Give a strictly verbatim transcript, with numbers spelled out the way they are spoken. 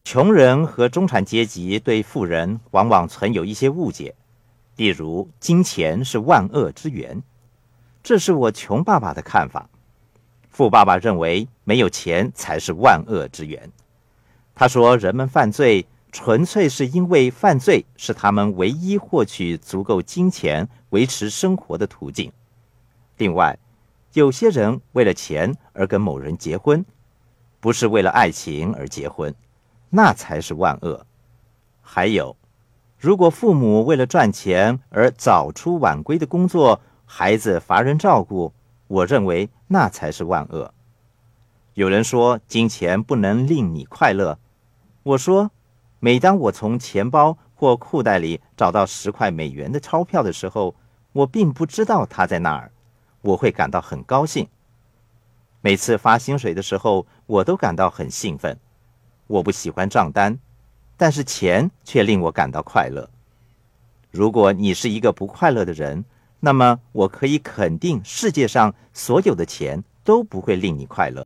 穷人和中产阶级对富人往往存有一些误解，例如金钱是万恶之源，这是我穷爸爸的看法。富爸爸认为没有钱才是万恶之源。他说人们犯罪纯粹是因为犯罪是他们唯一获取足够金钱维持生活的途径。另外，有些人为了钱而跟某人结婚，不是为了爱情而结婚，那才是万恶。还有，如果父母为了赚钱而早出晚归的工作，孩子乏人照顾，我认为那才是万恶。有人说金钱不能令你快乐，我说每当我从钱包或裤袋里找到十块美元的钞票的时候，我并不知道它在那儿，我会感到很高兴。每次发薪水的时候，我都感到很兴奋。我不喜欢账单，但是钱却令我感到快乐。如果你是一个不快乐的人，那么我可以肯定世界上所有的钱都不会令你快乐。